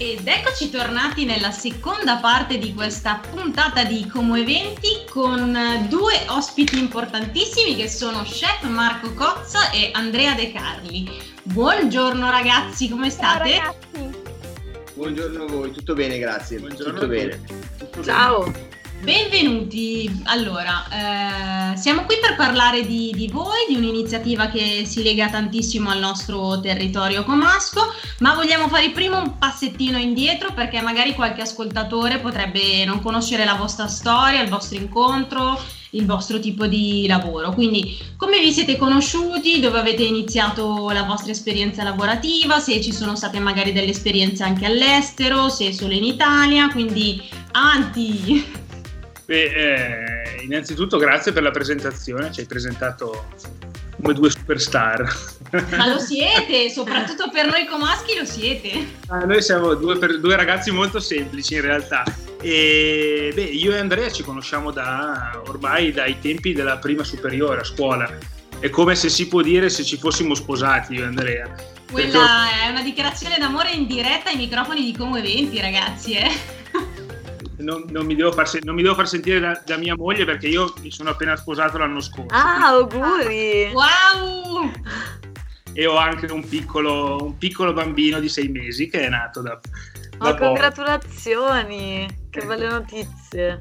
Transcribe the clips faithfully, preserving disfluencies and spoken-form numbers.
Ed eccoci tornati nella seconda parte di questa puntata di Como Eventi con due ospiti importantissimi che sono chef Marco Cozza e Andrea De Carli. Buongiorno ragazzi, come state? Ciao ragazzi. Buongiorno a voi, tutto bene, grazie. Buongiorno tutto bene. Tutto Ciao. bene. Benvenuti. Allora, eh, siamo qui per parlare di, di voi, di un'iniziativa che si lega tantissimo al nostro territorio comasco, ma vogliamo fare prima un passettino indietro perché magari qualche ascoltatore potrebbe non conoscere la vostra storia, il vostro incontro, il vostro tipo di lavoro. Quindi come vi siete conosciuti, dove avete iniziato la vostra esperienza lavorativa, se ci sono state magari delle esperienze anche all'estero, se solo in Italia, quindi avanti! Beh, eh, innanzitutto grazie per la presentazione, ci hai presentato come due superstar. Ma lo siete, soprattutto per noi comaschi lo siete. Ah, noi siamo due, per, due ragazzi molto semplici in realtà. E beh, io e Andrea ci conosciamo da ormai dai tempi della prima superiore a scuola. È come se si può dire se ci fossimo sposati io e Andrea. Quella Perché... è una dichiarazione d'amore in diretta ai microfoni di Como Eventi, ragazzi, eh. Non, non, mi devo far, non mi devo far sentire da, da mia moglie perché io mi sono appena sposato l'anno scorso. Ah, auguri! Wow! E ho anche un piccolo, un piccolo bambino di sei mesi che è nato da, da Oh, poco. Congratulazioni! Che belle notizie!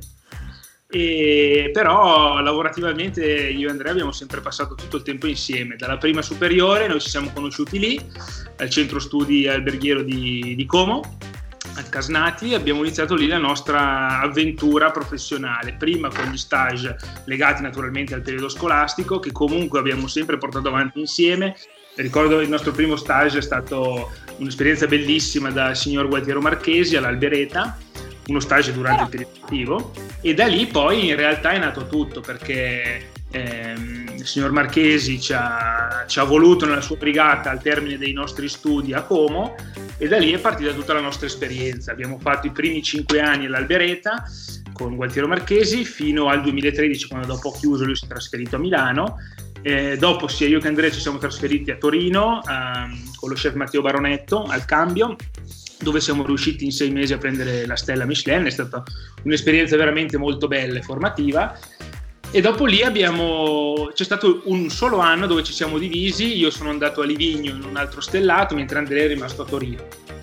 E però lavorativamente io e Andrea abbiamo sempre passato tutto il tempo insieme. Dalla prima superiore noi ci siamo conosciuti lì, al centro studi alberghiero di, di Como, al Casnati. Abbiamo iniziato lì la nostra avventura professionale, prima con gli stage legati naturalmente al periodo scolastico che comunque abbiamo sempre portato avanti insieme. Ricordo il nostro primo stage è stato un'esperienza bellissima dal signor Gualtiero Marchesi all'Albereta, uno stage durante il periodo estivo, e da lì poi in realtà è nato tutto perché ehm, il signor Marchesi ci ha, ci ha voluto nella sua brigata al termine dei nostri studi a Como e da lì è partita tutta la nostra esperienza. Abbiamo fatto i primi cinque anni all'Albereta con Gualtiero Marchesi fino al duemilatredici, quando dopo ho chiuso lui si è trasferito a Milano. Eh, dopo sia io che Andrea ci siamo trasferiti a Torino ehm, con lo chef Matteo Baronetto al cambio, dove siamo riusciti in sei mesi a prendere la stella Michelin. È stata un'esperienza veramente molto bella e formativa. E dopo lì abbiamo c'è stato un solo anno dove ci siamo divisi. Io sono andato a Livigno in un altro stellato mentre Andrea è rimasto a Torino,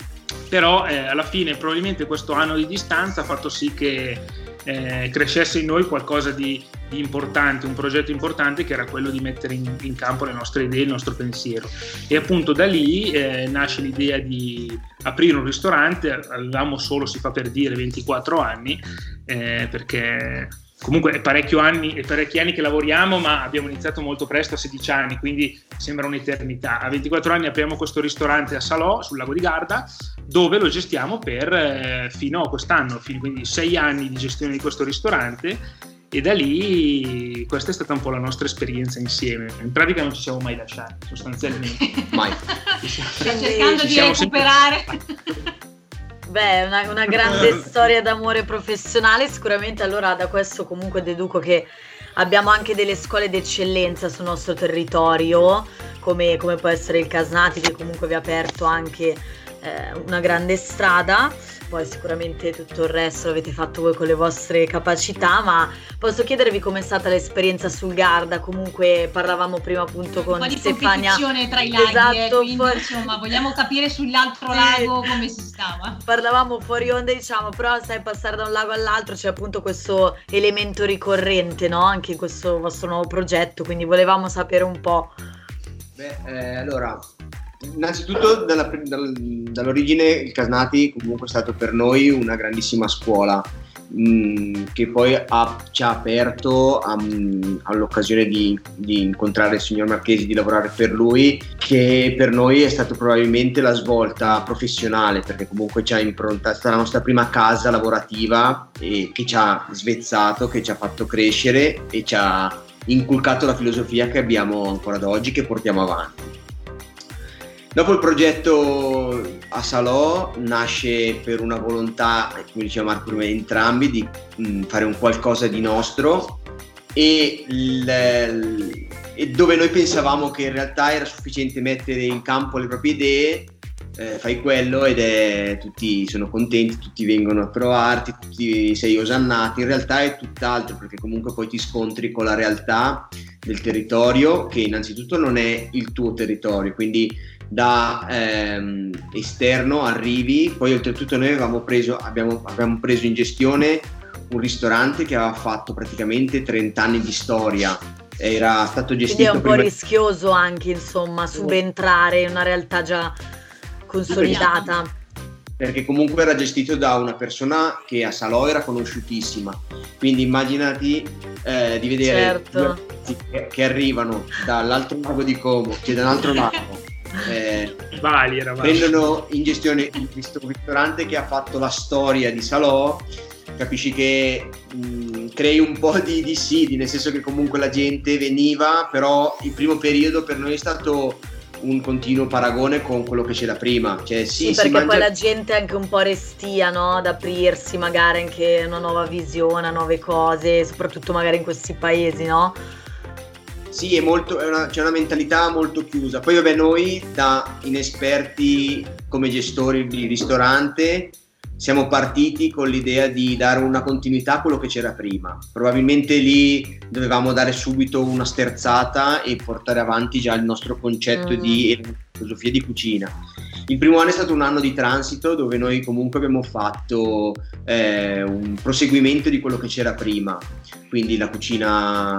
però eh, alla fine probabilmente questo anno di distanza ha fatto sì che eh, crescesse in noi qualcosa di, di importante, un progetto importante che era quello di mettere in, in campo le nostre idee, il nostro pensiero. E appunto da lì eh, nasce l'idea di aprire un ristorante. Avevamo solo, si fa per dire, ventiquattro anni, eh, perché comunque è parecchio anni, è parecchi anni che lavoriamo, ma abbiamo iniziato molto presto, a sedici anni, quindi sembra un'eternità. A ventiquattro anni apriamo questo ristorante a Salò, sul lago di Garda, dove lo gestiamo per eh, fino a quest'anno, quindi sei anni di gestione di questo ristorante, e da lì questa è stata un po' la nostra esperienza insieme. In pratica non ci siamo mai lasciati, sostanzialmente. Mai. Sto cercando Ci di siamo recuperare. sempre... Beh, una, una grande storia d'amore professionale sicuramente. Allora da questo comunque deduco che abbiamo anche delle scuole d'eccellenza sul nostro territorio, come, come può essere il Casnati, che comunque vi ha aperto anche eh, una grande strada. Poi sicuramente tutto il resto l'avete fatto voi con le vostre capacità, ma posso chiedervi com'è stata l'esperienza sul Garda? Comunque parlavamo prima appunto con un po' di Stefania. competizione tra i laghi, Esatto, eh, quindi fuori... insomma vogliamo capire sull'altro sì. lago come si stava. Parlavamo fuori onda, diciamo, però sai, passare da un lago all'altro c'è appunto questo elemento ricorrente, no? Anche in questo vostro nuovo progetto, quindi volevamo sapere un po'. Beh, eh, allora, innanzitutto dalla, dal, dall'origine il Casnati comunque è stato per noi una grandissima scuola, mh, che poi ha, ci ha aperto um, all'occasione di, di incontrare il signor Marchesi, di lavorare per lui, che per noi è stato probabilmente la svolta professionale, perché comunque ci ha improntato, è stata la nostra prima casa lavorativa e che ci ha svezzato, che ci ha fatto crescere e ci ha inculcato la filosofia che abbiamo ancora ad oggi, che portiamo avanti. Dopo il progetto a Salò nasce per una volontà, come diceva Marco prima, entrambi, di mh, fare un qualcosa di nostro, e, il, e dove noi pensavamo che in realtà era sufficiente mettere in campo le proprie idee eh, fai quello ed è tutti sono contenti, tutti vengono a trovarti, tutti sei osannati. In realtà è tutt'altro, perché comunque poi ti scontri con la realtà del territorio, che innanzitutto non è il tuo territorio, quindi da ehm, esterno arrivi. Poi oltretutto noi avevamo preso, abbiamo, abbiamo preso in gestione un ristorante che aveva fatto praticamente trenta anni di storia, era stato gestito, quindi è un po' prima... rischioso anche, insomma, subentrare in una realtà già consolidata, perché comunque era gestito da una persona che a Salò era conosciutissima, quindi immaginati eh, di vedere certo. che, che arrivano dall'altro lago di Como, cioè da un altro lago, eh, Vali, era Vali. prendono in gestione questo ristorante che ha fatto la storia di Salò. Capisci che mh, crei un po' di dissidi, nel senso che comunque la gente veniva, però il primo periodo per noi è stato un continuo paragone con quello che c'era prima. Cioè, sì, sì, si perché mangia... poi la gente è anche un po' restia, no? Ad aprirsi magari anche a una nuova visione, a nuove cose, soprattutto magari in questi paesi, no? Sì, è molto, è una, c'è una mentalità molto chiusa. Poi vabbè, noi da inesperti come gestori di ristorante siamo partiti con l'idea di dare una continuità a quello che c'era prima. Probabilmente lì dovevamo dare subito una sterzata e portare avanti già il nostro concetto mm. di filosofia di cucina. Il primo anno è stato un anno di transito, dove noi comunque abbiamo fatto eh, un proseguimento di quello che c'era prima, quindi la cucina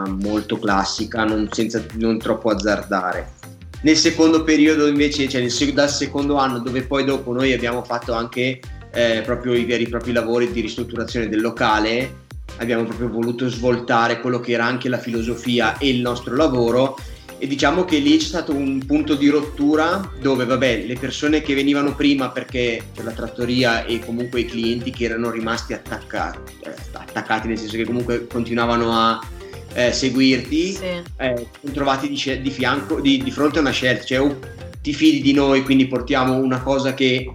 molto classica, non, senza, non troppo azzardare. Nel secondo periodo invece, cioè nel, dal secondo anno, dove poi dopo noi abbiamo fatto anche Eh, proprio i veri e propri lavori di ristrutturazione del locale, abbiamo proprio voluto svoltare quello che era anche la filosofia e il nostro lavoro, e diciamo che lì c'è stato un punto di rottura dove vabbè, le persone che venivano prima perché per la trattoria e comunque i clienti che erano rimasti attaccati, eh, attaccati nel senso che comunque continuavano a eh, seguirti, sì. eh, sono trovati di, di fianco di, di fronte a una scelta, cioè o ti fidi di noi, quindi portiamo una cosa che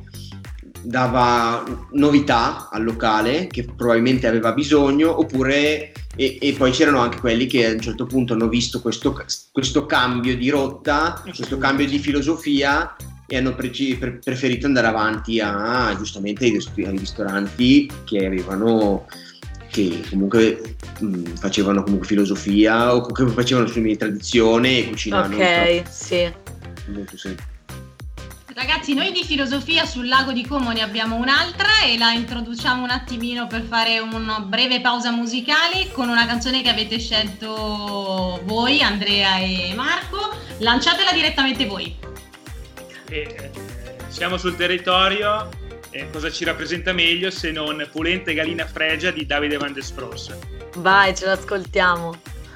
dava novità al locale che probabilmente aveva bisogno, oppure e, e poi c'erano anche quelli che a un certo punto hanno visto questo, questo cambio di rotta, questo cambio di filosofia, e hanno pre- pre- preferito andare avanti a giustamente ai, ai ristoranti che avevano che comunque mh, facevano comunque filosofia o che facevano semi di tradizione e cucinavano. Ok, sì. Molto semplice. Ragazzi, noi di filosofia sul lago di Como ne abbiamo un'altra e la introduciamo un attimino per fare una breve pausa musicale con una canzone che avete scelto voi, Andrea e Marco. Lanciatela direttamente voi. Eh, siamo sul territorio, eh, cosa ci rappresenta meglio se non Pulente Galina Fregia di Davide Van der Spross. Vai, ce l'ascoltiamo.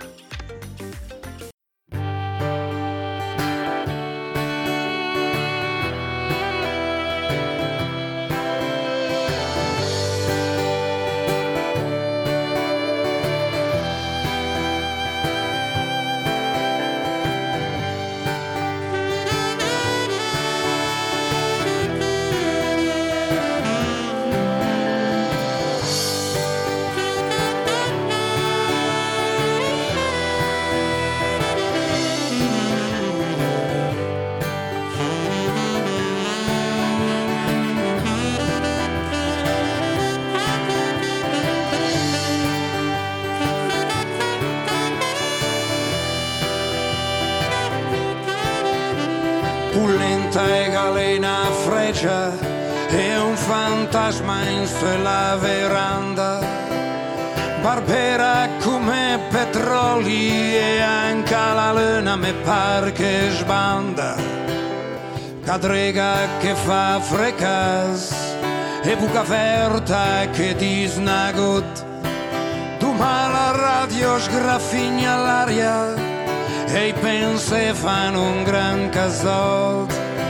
Pulenta e Galina Fregia è un fantasma in sulla veranda, barbera come petroli e anche la luna me par che sbanda, cadrega che fa frecas e buca aperta che disnagot, tu mala radio sgraffigna l'aria e i pensi fanno un gran casot.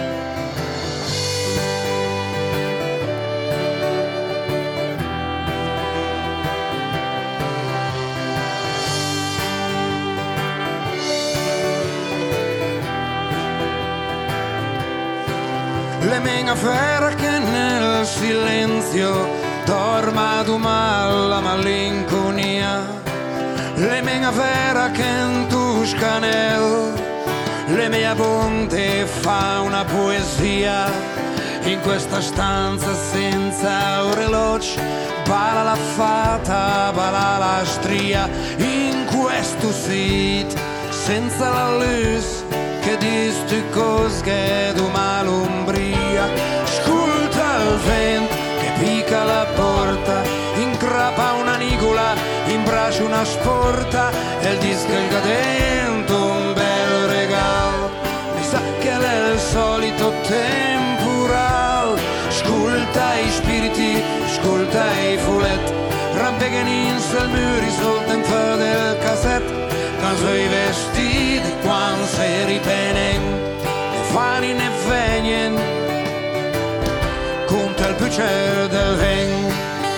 Le mega fera che nel silenzio dorma mal la malinconia, le mega vera che in Tuscanel, le mia ponte fa una poesia in questa stanza senza orologi, bala la fata, bala la stria, in questo sit senza la luz che disti cose che tu malumbria, ascolta il vento che pica la porta, incrapa una nicola, imbraccia una sporta e il disco cadento un bel regalo, mi sa che è il solito temporal, ascolta i spiriti, ascolta i fuletti, rampegano in sul muro sul tempo del cassette, quando sei vestiti, quando sei ripenen, ne fanno ne vengono, conta il piacere del vento.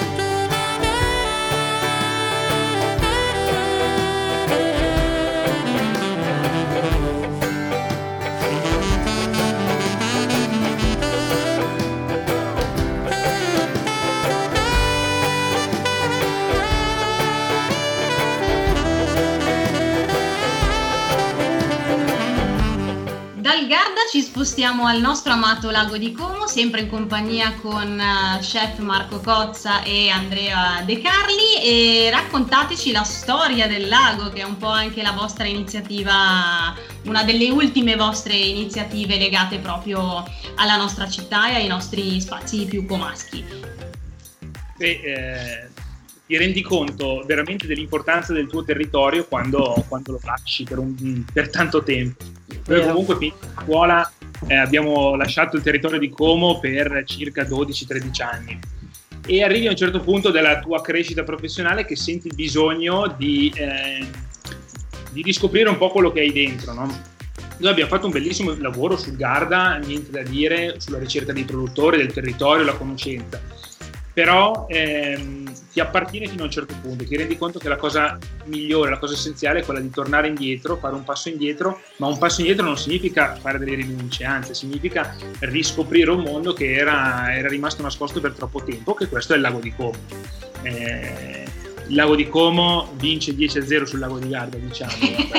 Dal Garda ci spostiamo al nostro amato lago di Como, sempre in compagnia con uh, chef Marco Cozza e Andrea De Carli, e raccontateci la storia del lago, che è un po' anche la vostra iniziativa, una delle ultime vostre iniziative legate proprio alla nostra città e ai nostri spazi più comaschi. Beh, eh, ti rendi conto veramente dell'importanza del tuo territorio quando, quando lo lasci per, un, per tanto tempo. Noi comunque in scuola eh, abbiamo lasciato il territorio di Como per circa dodici tredici anni e arrivi a un certo punto della tua crescita professionale che senti il bisogno di, eh, di riscoprire un po' quello che hai dentro, no? Noi abbiamo fatto un bellissimo lavoro sul Garda, niente da dire, sulla ricerca dei produttori, del territorio, la conoscenza, però ehm, ti appartiene fino a un certo punto, ti rendi conto che la cosa migliore, la cosa essenziale è quella di tornare indietro, fare un passo indietro, ma un passo indietro non significa fare delle rinunce, anzi significa riscoprire un mondo che era, era rimasto nascosto per troppo tempo, che questo è il lago di Como. Eh, il lago di Como vince dieci a zero sul lago di Garda, diciamo.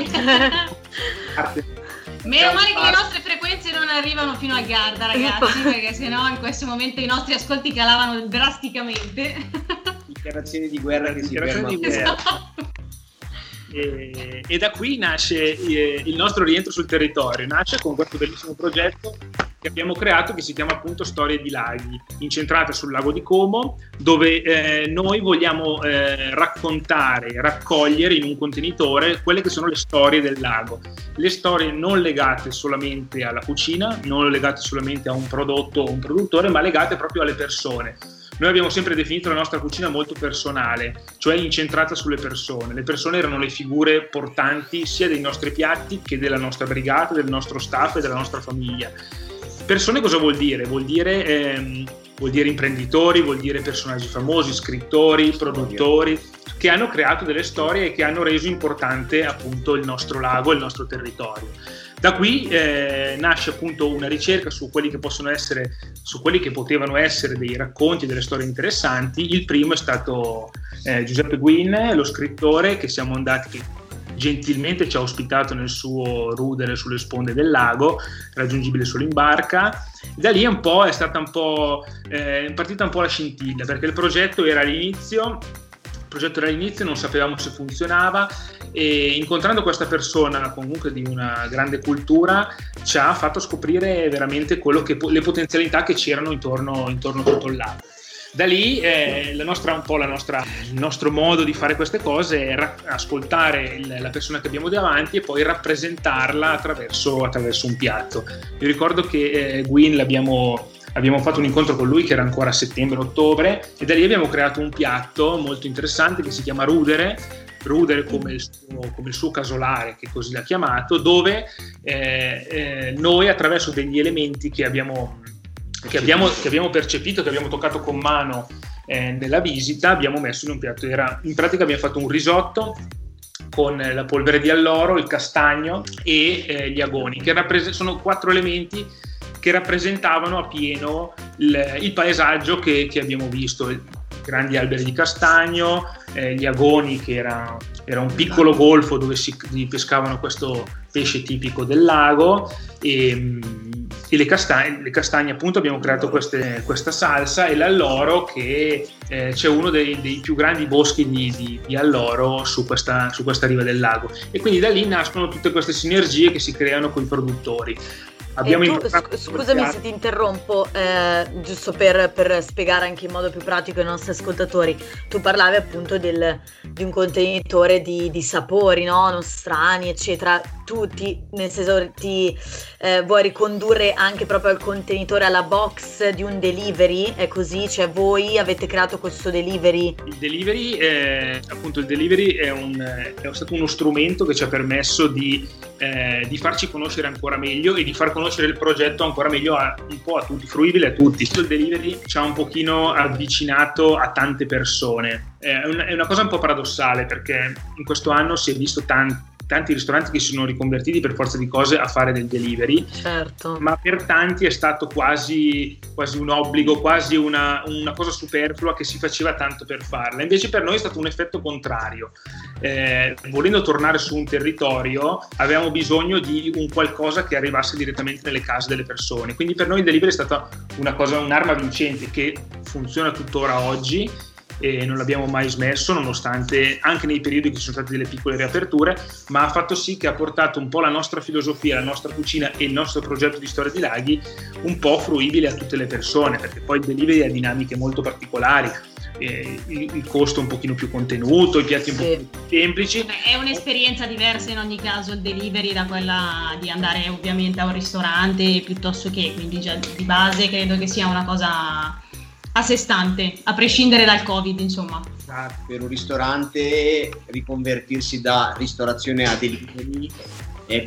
Meno male che le nostre frequenze non arrivano fino a Garda, ragazzi, perché sennò in questo momento i nostri ascolti calavano drasticamente. Dichiarazioni di guerra che si Dichiarazioni di ferma. guerra. E, e da qui nasce eh, il nostro rientro sul territorio, nasce con questo bellissimo progetto che abbiamo creato, che si chiama appunto Storie di Laghi, incentrata sul lago di Como, dove eh, noi vogliamo eh, raccontare, raccogliere in un contenitore quelle che sono le storie del lago, le storie non legate solamente alla cucina, non legate solamente a un prodotto o un produttore, ma legate proprio alle persone. Noi abbiamo sempre definito la nostra cucina molto personale, cioè incentrata sulle persone. Le persone erano le figure portanti sia dei nostri piatti che della nostra brigata, del nostro staff e della nostra famiglia. Persone cosa vuol dire? Vuol dire, ehm, vuol dire imprenditori, vuol dire personaggi famosi, scrittori, produttori, che hanno creato delle storie e che hanno reso importante appunto il nostro lago e il nostro territorio. Da qui eh, nasce appunto una ricerca su quelli che possono essere, su quelli che potevano essere dei racconti, delle storie interessanti. Il primo è stato eh, Giuseppe Guin, lo scrittore, che siamo andati, che gentilmente ci ha ospitato nel suo rudere sulle sponde del lago, raggiungibile solo in barca. Da lì un po' è stata un po' eh, partita un po' la scintilla, perché il progetto era all'inizio. Il progetto era all'inizio, non sapevamo se funzionava, e incontrando questa persona comunque di una grande cultura ci ha fatto scoprire veramente quello che, le potenzialità che c'erano intorno, intorno a tutto il lago. Da lì eh, la nostra, un po' la nostra, il nostro modo di fare queste cose è ra- ascoltare il, la persona che abbiamo davanti e poi rappresentarla attraverso, attraverso un piatto. Io ricordo che eh, Guin l'abbiamo Abbiamo fatto un incontro con lui che era ancora a settembre-ottobre, e da lì abbiamo creato un piatto molto interessante che si chiama Rudere, Rudere come il suo, come il suo casolare, che così l'ha chiamato, dove eh, eh, noi attraverso degli elementi che abbiamo, che, abbiamo, che abbiamo percepito, che abbiamo toccato con mano eh, nella visita, abbiamo messo in un piatto. Era, in pratica abbiamo fatto un risotto con la polvere di alloro, il castagno e eh, gli agoni, che rappres- sono quattro elementi che rappresentavano a pieno il, il paesaggio che, che abbiamo visto, grandi alberi di castagno, eh, gli agoni, che era, era un piccolo golfo dove si pescavano questo pesce tipico del lago, e, e le castagne, le castagne appunto abbiamo creato queste, questa salsa, e l'alloro che eh, c'è uno dei, dei più grandi boschi di, di, di alloro su questa, su questa riva del lago, e quindi da lì nascono tutte queste sinergie che si creano con i produttori. Abbiamo tu, scusami se ti interrompo, eh, giusto per, per spiegare anche in modo più pratico ai nostri ascoltatori. Tu parlavi appunto del, di un contenitore di, di sapori, no? Nostrani, eccetera. Tu ti, nel senso, ti eh, vuoi ricondurre anche proprio al contenitore, alla box di un delivery? È così? Cioè voi avete creato questo delivery? Il delivery, è, appunto il delivery è, un, è stato uno strumento che ci ha permesso di, eh, di farci conoscere ancora meglio e di far conoscere il progetto ancora meglio a, un po' a tutti, fruibile a tutti. Il delivery ci ha un pochino avvicinato a tante persone. È una, è una cosa un po' paradossale, perché in questo anno si è visto tanti tanti ristoranti che si sono riconvertiti per forza di cose a fare del delivery, certo, ma per tanti è stato quasi, quasi un obbligo, quasi una, una cosa superflua che si faceva tanto per farla. Invece per noi è stato un effetto contrario. Eh, volendo tornare su un territorio avevamo bisogno di un qualcosa che arrivasse direttamente nelle case delle persone, quindi per noi il delivery è stata una cosa, un'arma vincente che funziona tuttora oggi, e non l'abbiamo mai smesso, nonostante anche nei periodi che ci sono state delle piccole riaperture, ma ha fatto sì che ha portato un po' la nostra filosofia, la nostra cucina e il nostro progetto di Storia di Laghi un po' fruibile a tutte le persone, perché poi il delivery ha dinamiche molto particolari. Eh, il, il costo un pochino più contenuto, i piatti un sì. po' più semplici. È un'esperienza diversa in ogni caso il delivery da quella di andare ovviamente a un ristorante piuttosto che, quindi già di base credo che sia una cosa a sé stante, a prescindere dal Covid, insomma. Per un ristorante riconvertirsi da ristorazione a delivery è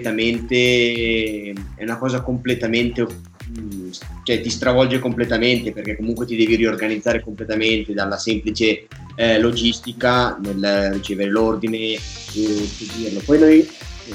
completamente, è una cosa completamente, cioè ti stravolge completamente, perché comunque ti devi riorganizzare completamente dalla semplice eh, logistica nel ricevere l'ordine e seguirlo. Poi noi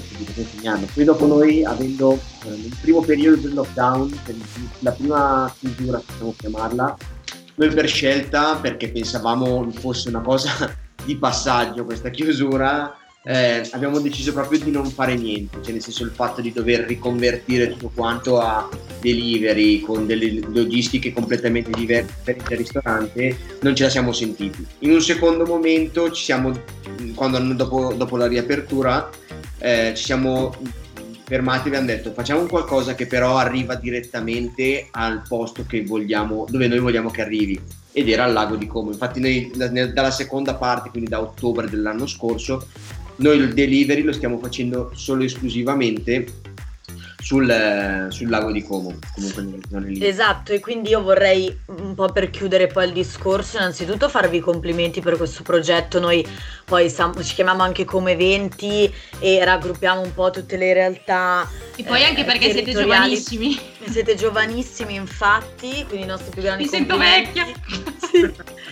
Poi dopo noi, avendo eh, nel primo periodo del lockdown, per la prima chiusura, possiamo chiamarla, noi per scelta, perché pensavamo fosse una cosa di passaggio questa chiusura, eh, abbiamo deciso proprio di non fare niente, cioè nel senso il fatto di dover riconvertire tutto quanto a delivery con delle logistiche completamente diverse per il ristorante, non ce la siamo sentiti. In un secondo momento ci siamo, quando dopo, dopo la riapertura, Eh, ci siamo fermati e abbiamo detto facciamo un qualcosa che però arriva direttamente al posto che vogliamo, dove noi vogliamo che arrivi, ed era al lago di Como. Infatti noi da, dalla seconda parte, quindi da ottobre dell'anno scorso, noi il delivery lo stiamo facendo solo e esclusivamente sul, sul lago di Como, comunque nelle zone lì. Esatto, e quindi io vorrei un po' per chiudere poi il discorso innanzitutto farvi i complimenti per questo progetto. Noi poi siamo, ci chiamiamo anche Como Eventi e raggruppiamo un po' tutte le realtà e poi eh, anche perché siete giovanissimi siete giovanissimi infatti, quindi i nostri più grandi mi sento complimenti. vecchia. Sì.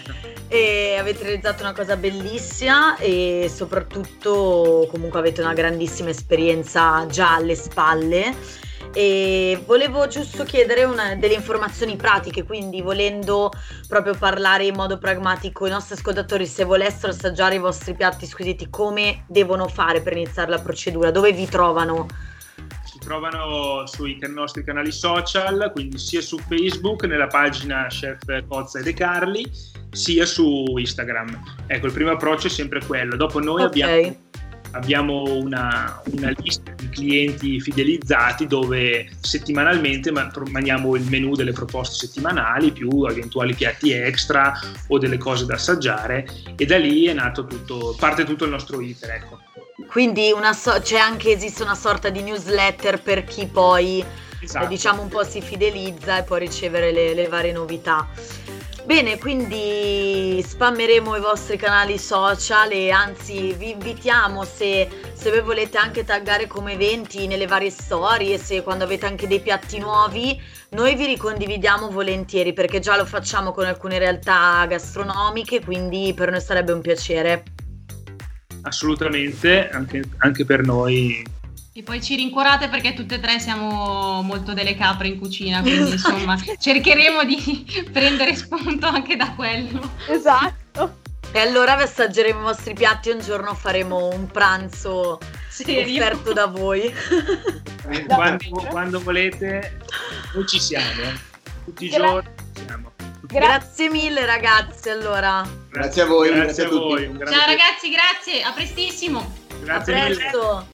E avete realizzato una cosa bellissima e soprattutto comunque avete una grandissima esperienza già alle spalle, e volevo giusto chiedere una, delle informazioni pratiche, quindi volendo proprio parlare in modo pragmatico, i nostri ascoltatori, se volessero assaggiare i vostri piatti squisiti, come devono fare per iniziare la procedura? Dove vi trovano? Ci trovano sui nostri canali social, quindi sia su Facebook nella pagina Chef Cozza e De Carli, sia su Instagram. Ecco, il primo approccio è sempre quello. Dopo noi okay. abbiamo, abbiamo una, una lista di clienti fidelizzati dove settimanalmente mandiamo il menù delle proposte settimanali più eventuali piatti extra o delle cose da assaggiare, e da lì è nato tutto, parte tutto il nostro iter, ecco. Quindi una so- c'è anche, esiste una sorta di newsletter per chi poi esatto. eh, diciamo un po' si fidelizza e può ricevere le, le varie novità. Bene, quindi spammeremo i vostri canali social e anzi vi invitiamo, se, se voi volete anche taggare Como Eventi nelle varie storie, se quando avete anche dei piatti nuovi, noi vi ricondividiamo volentieri, perché già lo facciamo con alcune realtà gastronomiche, quindi per noi sarebbe un piacere. Assolutamente, anche, anche per noi. E poi ci rincuorate perché tutte e tre siamo molto delle capre in cucina, quindi insomma cercheremo di prendere spunto anche da quello. Esatto. E allora vi assaggeremo i vostri piatti, un giorno faremo un pranzo Serio? offerto da voi. Quando, quando volete Noi ci siamo, eh. tutti i Gra- giorni ci siamo. Gra- Grazie mille ragazzi, allora. Grazie a voi, grazie, grazie a a tutti. voi. Un grande Ciao piacere. ragazzi, grazie, a prestissimo. Grazie A mille. presto.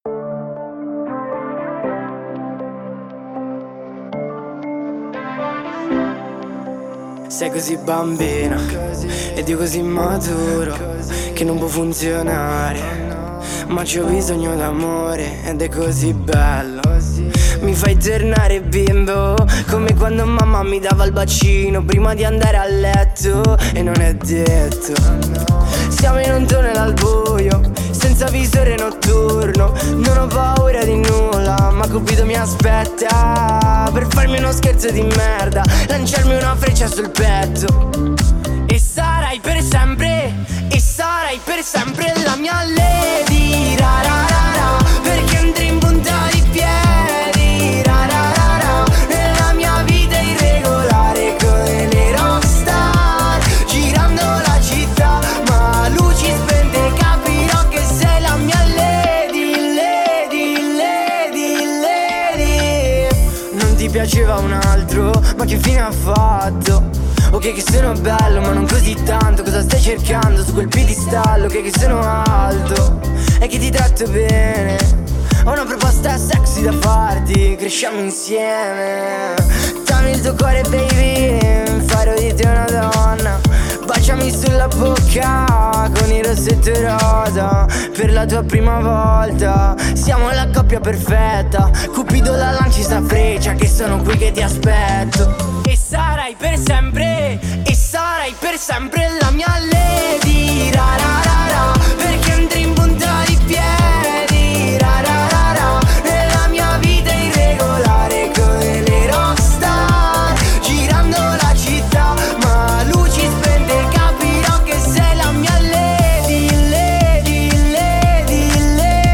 Sei così bambina ed io così maturo che non può funzionare, ma c'ho bisogno d'amore ed è così bello. Mi fai tornare bimbo come quando mamma mi dava il bacino prima di andare a letto. E non è detto, siamo in un tunnel al buio senza visore notturno. Non ho paura di nulla, ma Cupido mi aspetta per farmi uno scherzo di merda, lanciarmi una freccia sul petto. E sarai per sempre, e sarai per sempre la mia lady, ra ra ra ra, perché andrei in punta di piedi, ra ra ra ra, nella mia vita irregolare come le rockstar, girando la città, ma luci spente capirò che sei la mia lady, lady, lady, lady. Non ti piaceva un altro, ma che fine ha fatto? Ok che sono bello ma non così tanto, cosa stai cercando su quel piedistallo? Ok che sono alto e che ti tratto bene, ho una proposta sexy da farti, cresciamo insieme. Dammi il tuo cuore baby, farò di te una donna, baciami sulla bocca con il rossetto rosa, per la tua prima volta. Siamo la coppia perfetta, Cupido la lanci sta freccia che sono qui che ti aspetto. E sarai per sempre, e sarai per sempre la mia lady, ra ra ra ra, perché andrei in punta di piedi, ra ra ra ra, nella mia vita irregolare come le rockstar, girando la città, ma luci spente capirò che sei la mia lady, lady, lady,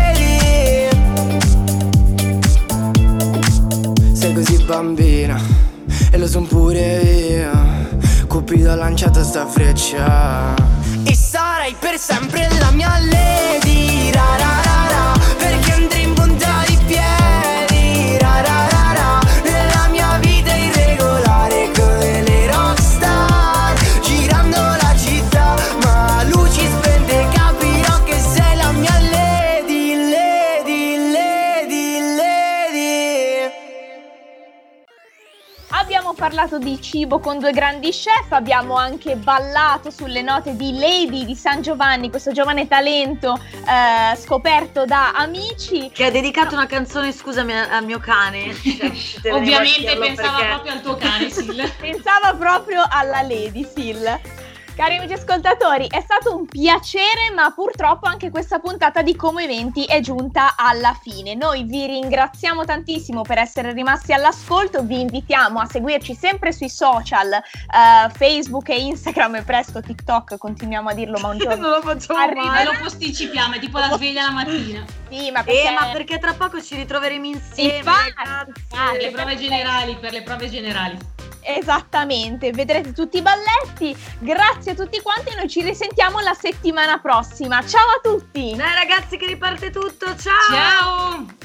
lady. Sei così bambina e lo son pure io, Cupido ha lanciato sta freccia. E sarai per sempre la mia lady, ra ra ra ra, perché andrei in punta di piedi, ra ra ra ra, nella mia vita irregolare come le rockstar, girando la città, ma luci spente capirò che sei la mia lady, lady, lady, lady. Abbiamo parlato di cibo con due grandi chef, abbiamo anche ballato sulle note di Lady di San Giovanni, questo giovane talento eh, scoperto da amici. Che ha dedicato una canzone, scusami, al mio cane. Cioè, tenevo a Ovviamente dirlo pensava perché- proprio al tuo cane, Sil. Pensava proprio alla Lady, Sil. Cari amici ascoltatori, è stato un piacere, ma purtroppo anche questa puntata di Como Eventi è giunta alla fine. Noi vi ringraziamo tantissimo per essere rimasti all'ascolto, vi invitiamo a seguirci sempre sui social, uh, Facebook e Instagram e presto TikTok, continuiamo a dirlo ma un giorno non lo facciamo arriverà. mai. Lo posticipiamo, è tipo la sveglia la mattina. Sì, ma perché... Eh, ma perché tra poco ci ritroveremo insieme, Infatti, ragazzi. infatti. Per le prove generali, per le prove generali. Esattamente, vedrete tutti i balletti. Grazie a tutti quanti, noi ci risentiamo la settimana prossima. Ciao a tutti! Dai ragazzi che riparte tutto, ciao! Ciao!